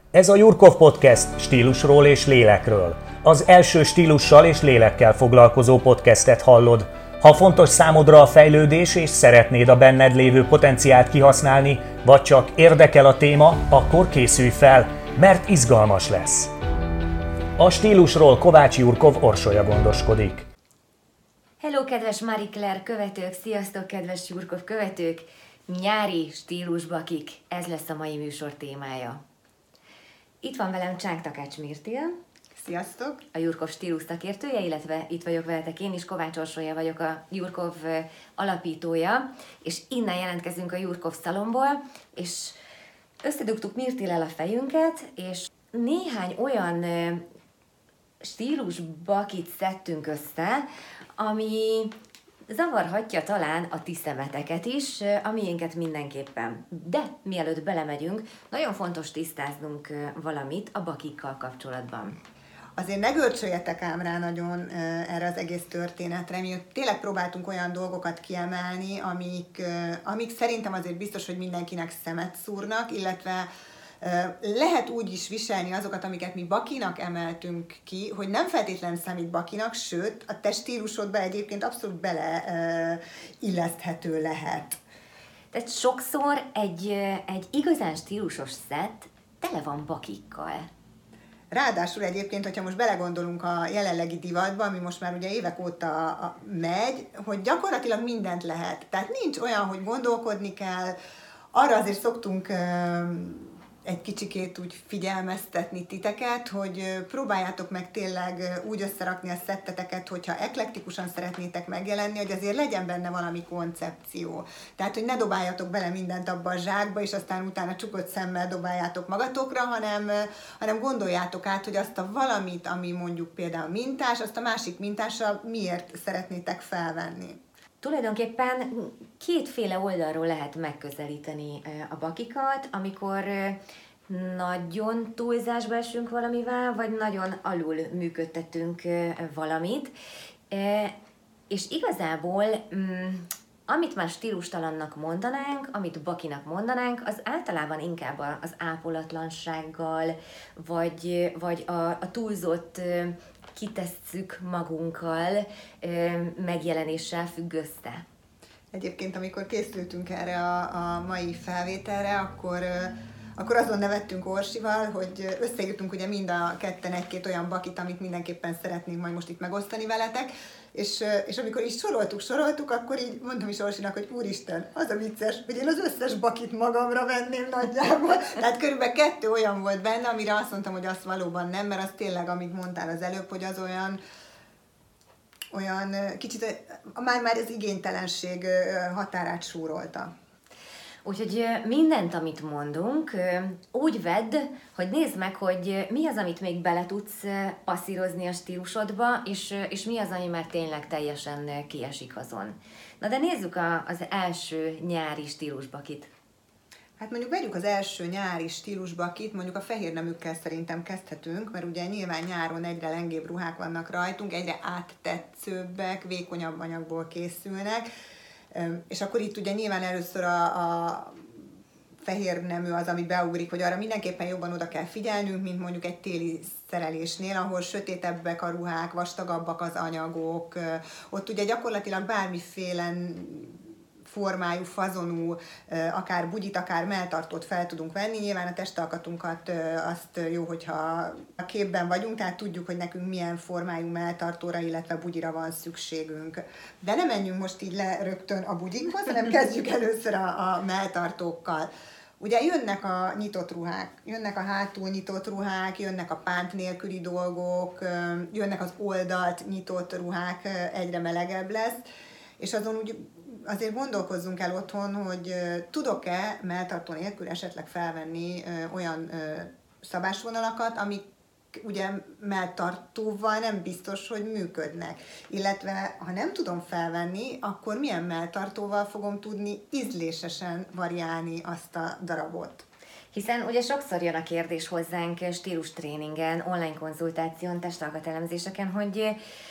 Ez a Jurkov Podcast stílusról és lélekről. Az első stílussal és lélekkel foglalkozó podcastet hallod. Ha fontos számodra a fejlődés és szeretnéd a benned lévő potenciált kihasználni, vagy csak érdekel a téma, akkor készülj fel, mert izgalmas lesz. A stílusról Kovács Jurkov Orsolya gondoskodik. Hello, kedves Marie Claire követők! Sziasztok, kedves Jurkov követők! Nyári stílusbakik, ez lesz a mai műsor témája. Itt van velem Csánk Takács Mirtil. Sziasztok! A Jurkov stílus szakértője, illetve itt vagyok veletek én is, Kovács Orsolya vagyok, a Jurkov alapítója, és innen jelentkezünk a Jurkov szalomból, és összedugtuk Mirtillel a fejünket, és néhány olyan stílusbakit szedtünk össze, ami zavarhatja talán a ti szemeteket is, a miénket mindenképpen. De mielőtt belemegyünk, nagyon fontos tisztáznunk valamit a bakikkal kapcsolatban. Azért ne görcsöljetek ám rá nagyon erre az egész történetre. Mi tényleg próbáltunk olyan dolgokat kiemelni, amik szerintem azért biztos, hogy mindenkinek szemet szúrnak, illetve lehet úgy is viselni azokat, amiket mi bakinak emeltünk ki, hogy nem feltétlenül számít bakinak, sőt, a te stílusodba egyébként abszolút beleilleszthető lehet. Tehát sokszor egy igazán stílusos szett tele van bakikkal. Ráadásul egyébként, hogyha most belegondolunk a jelenlegi divatba, ami most már ugye évek óta megy, hogy gyakorlatilag mindent lehet. Tehát nincs olyan, hogy gondolkodni kell, arra azért szoktunk egy kicsikét úgy figyelmeztetni titeket, hogy próbáljátok meg tényleg úgy összerakni a szetteteket, hogyha eklektikusan szeretnétek megjelenni, hogy azért legyen benne valami koncepció. Tehát, hogy ne dobáljatok bele mindent abba a zsákba, és aztán utána csukott szemmel dobáljátok magatokra, hanem gondoljátok át, hogy azt a valamit, ami mondjuk például mintás, azt a másik mintással miért szeretnétek felvenni. Tulajdonképpen kétféle oldalról lehet megközelíteni a bakikat, amikor nagyon túlzásba esünk valamivel, vagy nagyon alul működtetünk valamit. És igazából, amit már stílustalannak mondanánk, amit bakinak mondanánk, az általában inkább az ápolatlansággal, vagy a túlzott kitesszük magunkkal megjelenéssel függ össze. Egyébként, amikor készültünk erre a mai felvételre, akkor azon nevettünk Orsival, hogy összeírtunk ugye mind a ketten egy-két olyan bakit, amit mindenképpen szeretnénk majd most itt megosztani veletek, és amikor is soroltuk, akkor így mondtam is Orsinak, hogy úristen, az a vicces, hogy én az összes bakit magamra venném nagyjából. Tehát körülbelül 2 olyan volt benne, amire azt mondtam, hogy azt valóban nem, mert az tényleg, amit mondtál az előbb, hogy az olyan kicsit, már az igénytelenség határát súrolta. Úgyhogy mindent, amit mondunk, úgy vedd, hogy nézd meg, hogy mi az, amit még bele tudsz passzírozni a stílusodba, és mi az, ami már tényleg teljesen kiesik azon. Na de nézzük az első nyári stílusbakit. Hát mondjuk vegyük az első nyári stílusbakit, mondjuk a fehér neműkkel szerintem kezdhetünk, mert ugye nyilván nyáron egyre lengébb ruhák vannak rajtunk, egyre áttetszőbbek, vékonyabb anyagból készülnek, és akkor itt ugye nyilván először a fehér nemű az, ami beugrik, hogy arra mindenképpen jobban oda kell figyelnünk, mint mondjuk egy téli szerelésnél, ahol sötétebbek a ruhák, vastagabbak az anyagok, ott ugye gyakorlatilag bármiféle formájú, fazonú, akár bugyit, akár melltartót fel tudunk venni. Nyilván a testalkatunkat azt jó, hogyha a képben vagyunk, tehát tudjuk, hogy nekünk milyen formájú melltartóra, illetve bugyira van szükségünk. De nem menjünk most így le rögtön a bugyikhoz, hanem kezdjük először a melltartókkal. Ugye jönnek a nyitott ruhák, jönnek a hátul nyitott ruhák, jönnek a pánt nélküli dolgok, jönnek az oldalt nyitott ruhák, egyre melegebb lesz, és azon úgy azért gondolkozzunk el otthon, hogy tudok-e melltartó nélkül esetleg felvenni olyan szabásvonalakat, amik ugye melltartóval nem biztos, hogy működnek. Illetve, ha nem tudom felvenni, akkor milyen melltartóval fogom tudni ízlésesen variálni azt a darabot. Hiszen ugye sokszor jön a kérdés hozzánk stílustréningen, online konzultáción, testalkatelemzéseken, hogy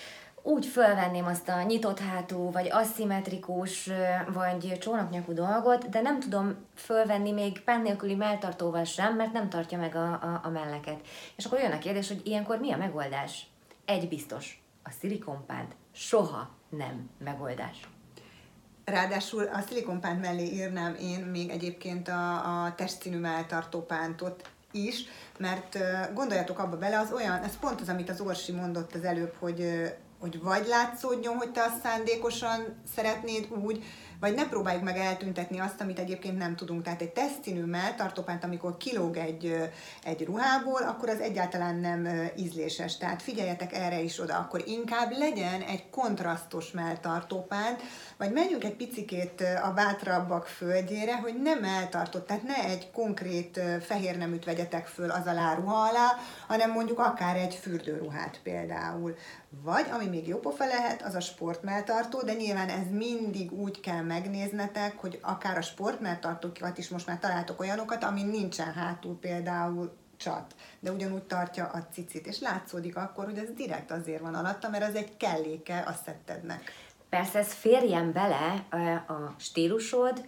úgy fölvenném azt a nyitott hátú, vagy aszimmetrikus, vagy csónaknyakú dolgot, de nem tudom fölvenni még penn nélküli melltartóval sem, mert nem tartja meg a melleket. És akkor jön a kérdés, hogy ilyenkor mi a megoldás? Egy biztos, a szilikonpánt soha nem megoldás. Ráadásul a szilikonpánt mellé írnám én még egyébként a testszínű melltartó pántot is, mert gondoljatok abba bele, az olyan, ez pont az, amit az Orsi mondott az előbb, hogy vagy látszódjon, hogy te azt szándékosan szeretnéd úgy, vagy ne próbáljuk meg eltüntetni azt, amit egyébként nem tudunk. Tehát egy tesztszínű melltartópánt, amikor kilóg egy ruhából, akkor az egyáltalán nem ízléses. Tehát figyeljetek erre is oda, akkor inkább legyen egy kontrasztos melltartópánt, vagy menjünk egy picikét a bátrabbak földjére, hogy nem melltartott, tehát ne egy konkrét fehér neműt vegyetek föl az alá ruha alá, hanem mondjuk akár egy fürdőruhát például. Vagy, ami még jó pofa lehet, az a sportmelltartó, de nyilván ez mindig úgy kell megnéznetek, hogy akár a sportmelltartókat is most már találtok olyanokat, amin nincsen hátul például csat, de ugyanúgy tartja a cicit, és látszódik akkor, hogy ez direkt azért van alatta, mert az egy kelléke a szettednek. Persze ez férjen bele a stílusod,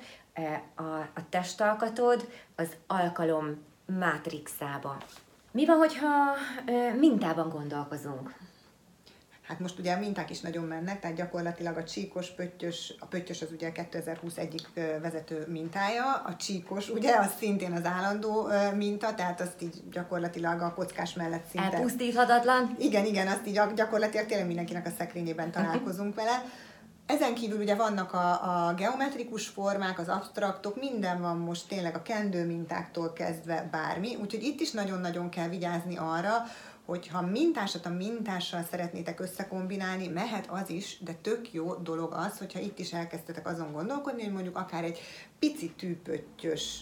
a testalkatod, az alkalom mátrixába. Mi van, hogyha mintában gondolkozunk? Hát most ugye a minták is nagyon mennek, tehát gyakorlatilag a csíkos, a pöttyös az ugye 2020 egyik vezető mintája, a csíkos ugye az szintén az állandó minta, tehát azt így gyakorlatilag a kockás mellett szinte... Elpusztíthatatlan? Igen, azt így gyakorlatilag tényleg mindenkinek a szekrényében találkozunk vele. Ezen kívül ugye vannak a geometrikus formák, az absztraktok, minden van most tényleg a kendőmintáktól kezdve bármi, úgyhogy itt is nagyon-nagyon kell vigyázni arra, hogyha mintásat a mintással szeretnétek összekombinálni, mehet az is, de tök jó dolog az, hogyha itt is elkezdtetek azon gondolkodni, hogy mondjuk akár egy pici tűpöttyös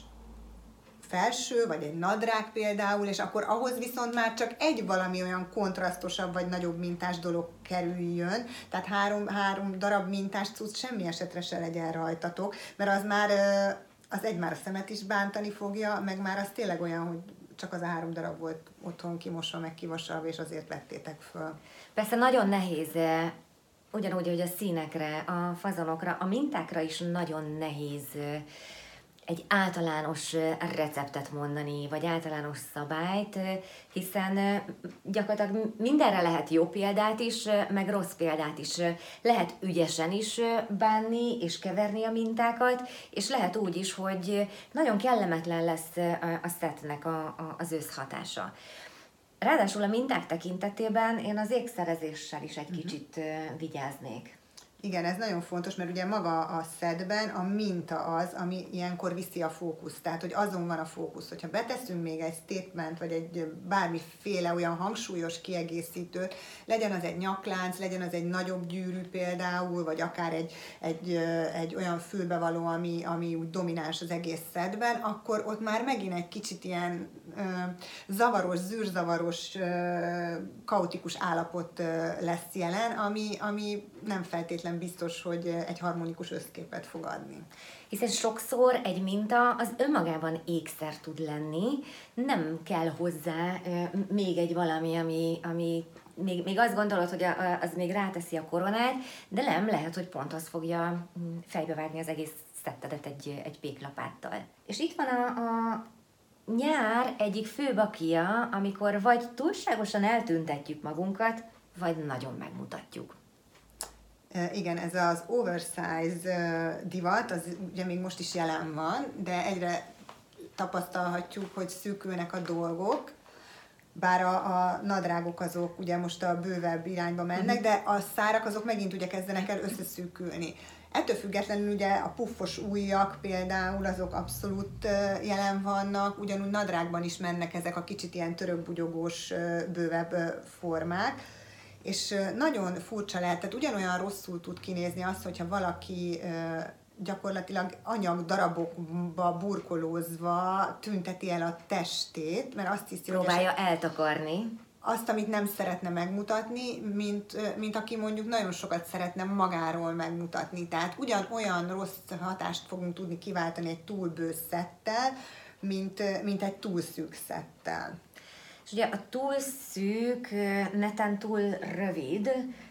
felső, vagy egy nadrág például, és akkor ahhoz viszont már csak egy valami olyan kontrasztosabb, vagy nagyobb mintás dolog kerüljön, tehát három darab mintás cucc semmi esetre se legyen rajtatok, mert az már a szemet is bántani fogja, meg már az tényleg olyan, hogy csak az a 3 darab volt otthon kimosva, meg kivasalva, és azért vettétek föl. Persze nagyon nehéz, ugyanúgy, hogy a színekre, a fazonokra, a mintákra is nagyon nehéz egy általános receptet mondani, vagy általános szabályt, hiszen gyakorlatilag mindenre lehet jó példát is, meg rossz példát is. Lehet ügyesen is bánni és keverni a mintákat, és lehet úgy is, hogy nagyon kellemetlen lesz a szettnek az összhatása. Ráadásul a minták tekintetében én az ékszerezéssel is egy kicsit vigyáznék. Igen, ez nagyon fontos, mert ugye maga a szedben a minta az, ami ilyenkor viszi a fókuszt. Tehát, hogy azon van a fókusz. Hogyha beteszünk még egy statement, vagy egy bármiféle olyan hangsúlyos kiegészítőt, legyen az egy nyaklánc, legyen az egy nagyobb gyűrű például, vagy akár egy olyan fülbevaló, ami úgy domináns az egész szedben, akkor ott már megint egy kicsit ilyen zavaros, zűrzavaros, kaotikus állapot lesz jelen, ami nem feltétlenül biztos, hogy egy harmonikus összképet fog adni. Hiszen sokszor egy minta az önmagában ékszer tud lenni, nem kell hozzá még egy valami, ami még azt gondolod, hogy az még ráteszi a koronát, de nem, lehet, hogy pont az fogja fejbevágni az egész szettedet egy péklapáttal. És itt van a nyár egyik fő bakija, amikor vagy túlságosan eltüntetjük magunkat, vagy nagyon megmutatjuk. Igen, ez az oversize divat, az ugye még most is jelen van, de egyre tapasztalhatjuk, hogy szűkülnek a dolgok, bár a nadrágok azok ugye most a bővebb irányba mennek, de a szárak azok megint ugye kezdenek el összeszűkülni. Ettől függetlenül ugye a puffos ujjak például azok abszolút jelen vannak, ugyanúgy nadrágban is mennek ezek a kicsit ilyen törökbugyogós, bővebb formák. És nagyon furcsa lehet, tehát ugyanolyan rosszul tud kinézni az, hogyha valaki gyakorlatilag anyagdarabokba burkolózva tünteti el a testét, mert azt hiszi, próbálja eltakarni azt, amit nem szeretne megmutatni, mint aki mondjuk nagyon sokat szeretne magáról megmutatni. Tehát ugyanolyan rossz hatást fogunk tudni kiváltani egy túl bő szettel, mint egy túl szűk szettel. És ugye a túl szűk, neten túl rövid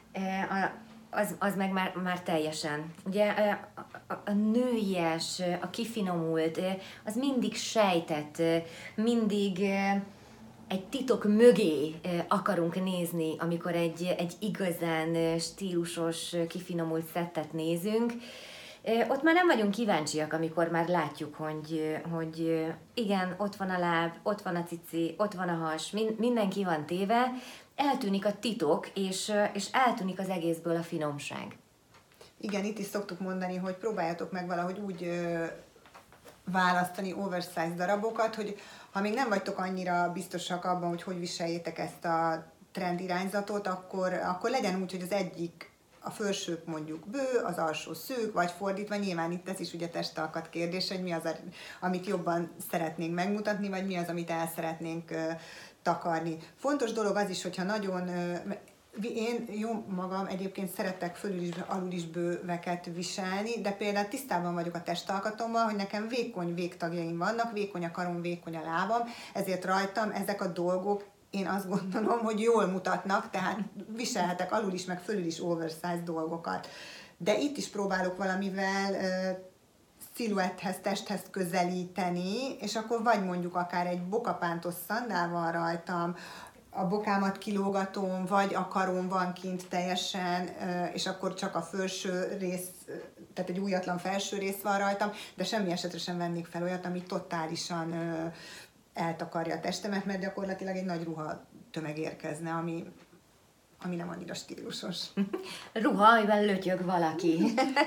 Az meg már teljesen. Ugye a nőies, a kifinomult, az mindig sejtett, mindig egy titok mögé akarunk nézni, amikor egy igazán stílusos, kifinomult szettet nézünk. Ott már nem vagyunk kíváncsiak, amikor már látjuk, hogy igen, ott van a láb, ott van a cici, ott van a has, mindenki van téve, eltűnik a titok, és eltűnik az egészből a finomság. Igen, itt is szoktuk mondani, hogy próbáljatok meg valahogy úgy választani oversize darabokat, hogy ha még nem vagytok annyira biztosak abban, hogy viseljétek ezt a trend irányzatot, akkor legyen úgy, hogy az egyik a felső mondjuk bő, az alsó szűk, vagy fordítva, nyilván itt ez is ugye testalkat kérdés, hogy mi az, amit jobban szeretnénk megmutatni, vagy mi az, amit el szeretnénk takarni. Fontos dolog az is, hogyha nagyon... Én jó magam egyébként szeretek fölül is, alul is bőveket viselni, de például tisztában vagyok a testalkatommal, hogy nekem vékony végtagjaim vannak, vékony a karom, vékony a lábam, ezért rajtam ezek a dolgok, én azt gondolom, hogy jól mutatnak, tehát viselhetek alul is, meg fölül is oversize dolgokat. De itt is próbálok valamivel sziluetthez, testhez közelíteni, és akkor vagy mondjuk akár egy bokapántos szandál van rajtam, a bokámat kilógatom, vagy a karom van kint teljesen, és akkor csak a felső rész, tehát egy újatlan felső rész van rajtam, de semmi esetre sem vennék fel olyat, ami totálisan eltakarja a testemet, mert gyakorlatilag egy nagy ruha tömeg érkezne, ami nem annyira stílusos. Ruha, amiben lötyög valaki.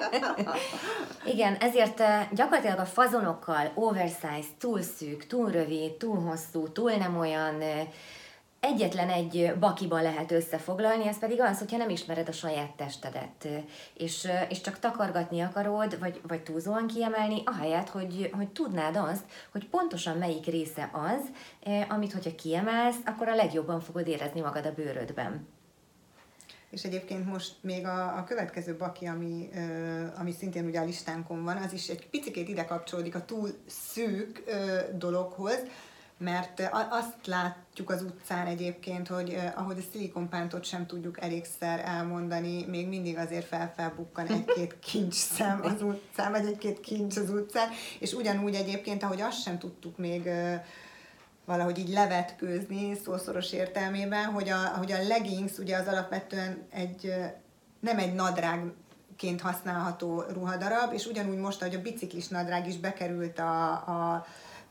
Igen, ezért gyakorlatilag a fazonokkal oversize, túl szűk, túl rövid, túl hosszú, túl nem olyan, egyetlen egy bakiban lehet összefoglalni, ez pedig az, hogyha nem ismered a saját testedet, és csak takargatni akarod, vagy túlzóan kiemelni, ahelyett, hogy tudnád azt, hogy pontosan melyik része az, amit, hogyha kiemelsz, akkor a legjobban fogod érezni magad a bőrödben. És egyébként most még a következő baki, ami szintén ugye a listánkon van, az is egy picikét ide kapcsolódik a túl szűk dologhoz, mert azt látjuk az utcán egyébként, hogy ahogy a szilikonpántot sem tudjuk elégszer elmondani, még mindig azért felbukkan egy-két kincsszem az utcán, vagy egy-két kincs az utcán, és ugyanúgy egyébként, ahogy azt sem tudtuk még valahogy így levetkőzni szószoros értelmében, hogy a leggings ugye az alapvetően nem egy nadrágként használható ruhadarab, és ugyanúgy most, ahogy a biciklis nadrág is bekerült a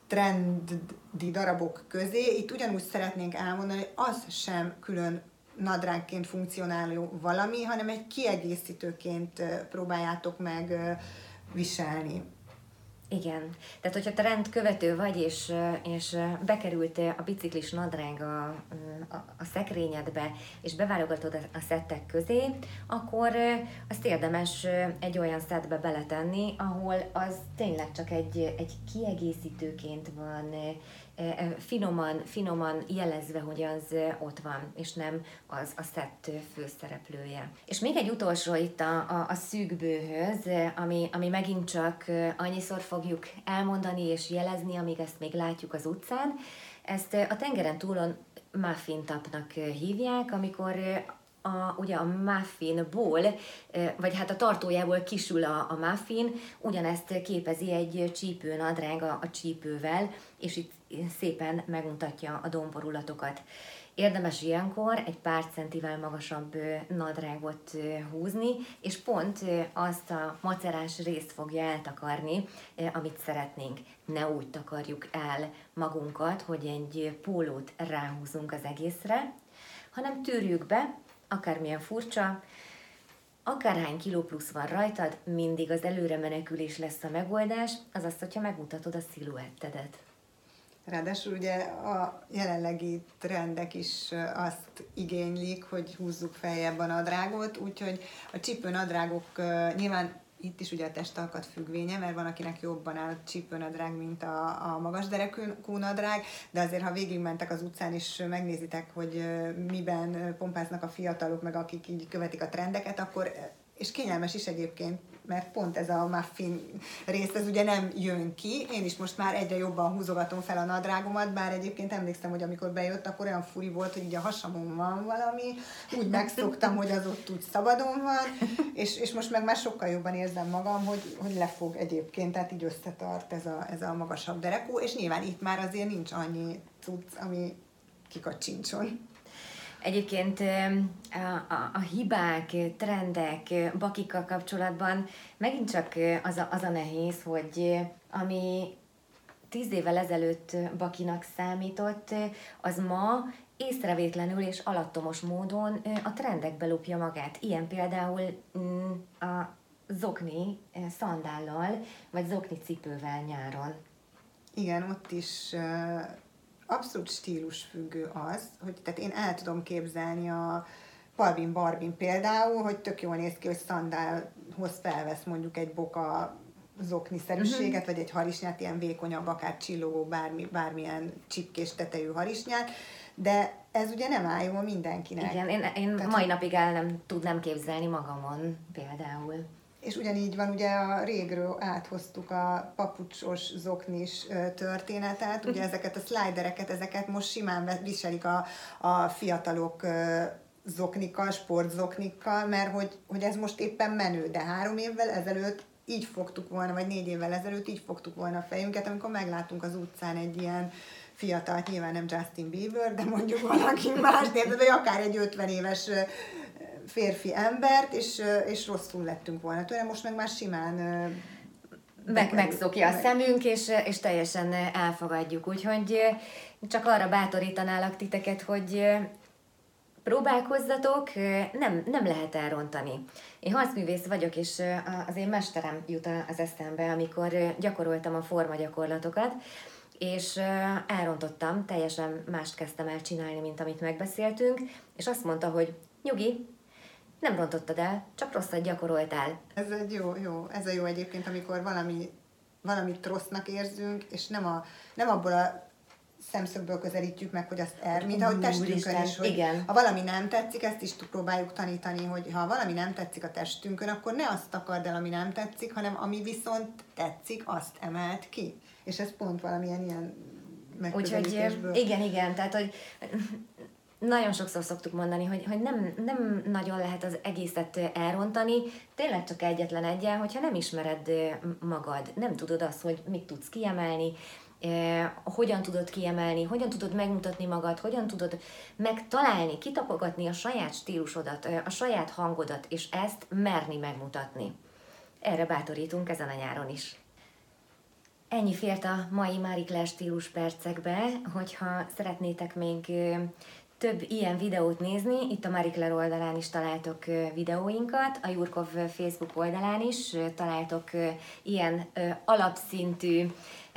trendi darabok közé, itt ugyanúgy szeretnénk elmondani, hogy az sem külön nadrágként funkcionáló valami, hanem egy kiegészítőként próbáljátok meg viselni. Igen. Tehát, hogyha trendkövető vagy, és bekerült a biciklis nadrág a szekrényedbe, és beválogatod a szettek közé, akkor azt érdemes egy olyan szettbe beletenni, ahol az tényleg csak egy kiegészítőként van, finoman jelezve, hogy az ott van, és nem az a szett főszereplője. És még egy utolsó itt a szűkbőhöz, ami megint csak annyiszor fogjuk elmondani és jelezni, amíg ezt még látjuk az utcán. Ezt a tengeren túlon muffin tapnak hívják, amikor ugye a muffinból, vagy hát a tartójából kisül a muffin, ugyanezt képezi egy csípőnadrág a csípővel, és itt szépen megmutatja a domborulatokat. Érdemes ilyenkor egy pár centivel magasabb nadrágot húzni, és pont azt a macerás részt fogja eltakarni, amit szeretnénk. Ne úgy takarjuk el magunkat, hogy egy pólót ráhúzunk az egészre, hanem tűrjük be, akármilyen furcsa, akárhány kiló plusz van rajtad, mindig az előre menekülés lesz a megoldás, azaz, hogyha megmutatod a sziluettedet. Ráadásul ugye a jelenlegi trendek is azt igénylik, hogy húzzuk feljebb a nadrágot, úgyhogy a csípőnadrágok nyilván itt is ugye a testalkat függvénye, mert van, akinek jobban áll a csípőnadrág, mint a magas derekú nadrág, de azért, ha végigmentek az utcán és megnézitek, hogy miben pompáznak a fiatalok, meg akik így követik a trendeket, akkor és kényelmes is egyébként, mert pont ez a muffin rész, ez ugye nem jön ki. Én is most már egyre jobban húzogatom fel a nadrágomat, bár egyébként emlékszem, hogy amikor bejött, akkor olyan furi volt, hogy így a hasamon van valami, úgy megszoktam, hogy az ott úgy szabadon van, és most meg már sokkal jobban érzem magam, hogy lefog egyébként, tehát így összetart ez a magasabb derekú, és nyilván itt már azért nincs annyi cucc, ami kikacsincson. Egyébként a hibák, trendek, bakikkal kapcsolatban megint csak az a nehéz, hogy ami 10 évvel ezelőtt bakinak számított, az ma észrevétlenül és alattomos módon a trendekbe lopja magát. Ilyen például a zokni szandállal, vagy zokni cipővel nyáron. Igen, ott is abszolút stílusfüggő az, hogy tehát én el tudom képzelni a Balbin Barbin például, hogy tök jól néz ki, hogy szandálhoz felvesz mondjuk egy boka zokniszerűséget, vagy egy harisnyát, ilyen vékonyabb, akár csillogó, bármilyen csipkés tetejű harisnyát, de ez ugye nem áll jól mindenkinek. Igen, én tehát, mai napig el nem tudnám képzelni magamon például. És ugyanígy van, ugye a régről áthoztuk a papucsos zoknis történetet, ugye ezeket a slidereket, ezeket most simán viselik a fiatalok zoknikkal, sportzoknikkal, mert hogy ez most éppen menő, de 3 évvel ezelőtt így fogtuk volna, vagy 4 évvel ezelőtt így fogtuk volna a fejünket, amikor meglátunk az utcán egy ilyen fiatalt, nyilván nem Justin Bieber, de mondjuk valaki más, vagy akár egy 50 éves férfi embert, és rosszul lettünk volna tőle, most meg már simán megszokja a szemünk, és teljesen elfogadjuk. Úgyhogy csak arra bátorítanálak titeket, hogy próbálkozzatok, nem lehet elrontani. Én harcművész vagyok, és az én mesterem jut az eszembe, amikor gyakoroltam a formagyakorlatokat, és elrontottam, teljesen mást kezdtem el csinálni, mint amit megbeszéltünk, és azt mondta, hogy nyugi, nem rontottad el, csak rosszat gyakoroltál. Ez egy jó egyébként, amikor valamit rossznak érzünk, és nem abból a szemszögből közelítjük meg, hogy azt mint ahogy testünkön is, hogy igen. Ha valami nem tetszik, ezt is próbáljuk tanítani, hogy ha valami nem tetszik a testünkön, akkor ne azt takard el, ami nem tetszik, hanem ami viszont tetszik, azt emelt ki. És ez pont valamilyen ilyen megközelítésből. Úgyhogy igen, tehát hogy nagyon sokszor szoktuk mondani, hogy nem nagyon lehet az egészet elrontani, tényleg csak egyetlen egyen, hogyha nem ismered magad, nem tudod azt, hogy mit tudsz kiemelni, hogyan tudod kiemelni, hogyan tudod megmutatni magad, hogyan tudod megtalálni, kitapogatni a saját stílusodat, a saját hangodat, és ezt merni megmutatni. Erre bátorítunk ezen a nyáron is. Ennyi fért a mai Marie Claire stílus percekbe, hogyha szeretnétek még több ilyen videót nézni, itt a Marie Claire oldalán is találtok videóinkat, a Jurkov Facebook oldalán is találtok ilyen alapszintű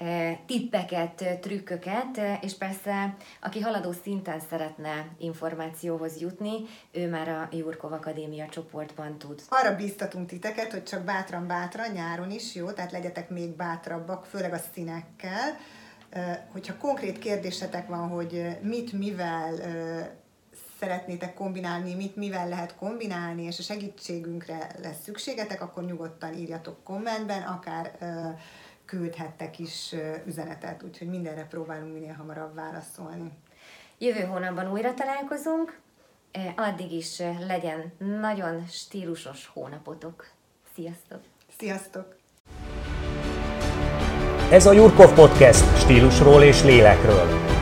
tippeket, trükköket, és persze, aki haladó szinten szeretne információhoz jutni, ő már a Jurkov Akadémia csoportban tud. Arra bíztatunk titeket, hogy csak bátran nyáron is, jó? Tehát legyetek még bátrabbak, főleg a színekkel. Hogyha konkrét kérdésetek van, hogy mit mivel szeretnétek kombinálni, mit mivel lehet kombinálni, és a segítségünkre lesz szükségetek, akkor nyugodtan írjatok kommentben, akár küldhettek is üzenetet, úgyhogy mindenre próbálunk minél hamarabb válaszolni. Jövő hónapban újra találkozunk, addig is legyen nagyon stílusos hónapotok. Sziasztok! Sziasztok! Ez a Jurkov Podcast stílusról és lélekről.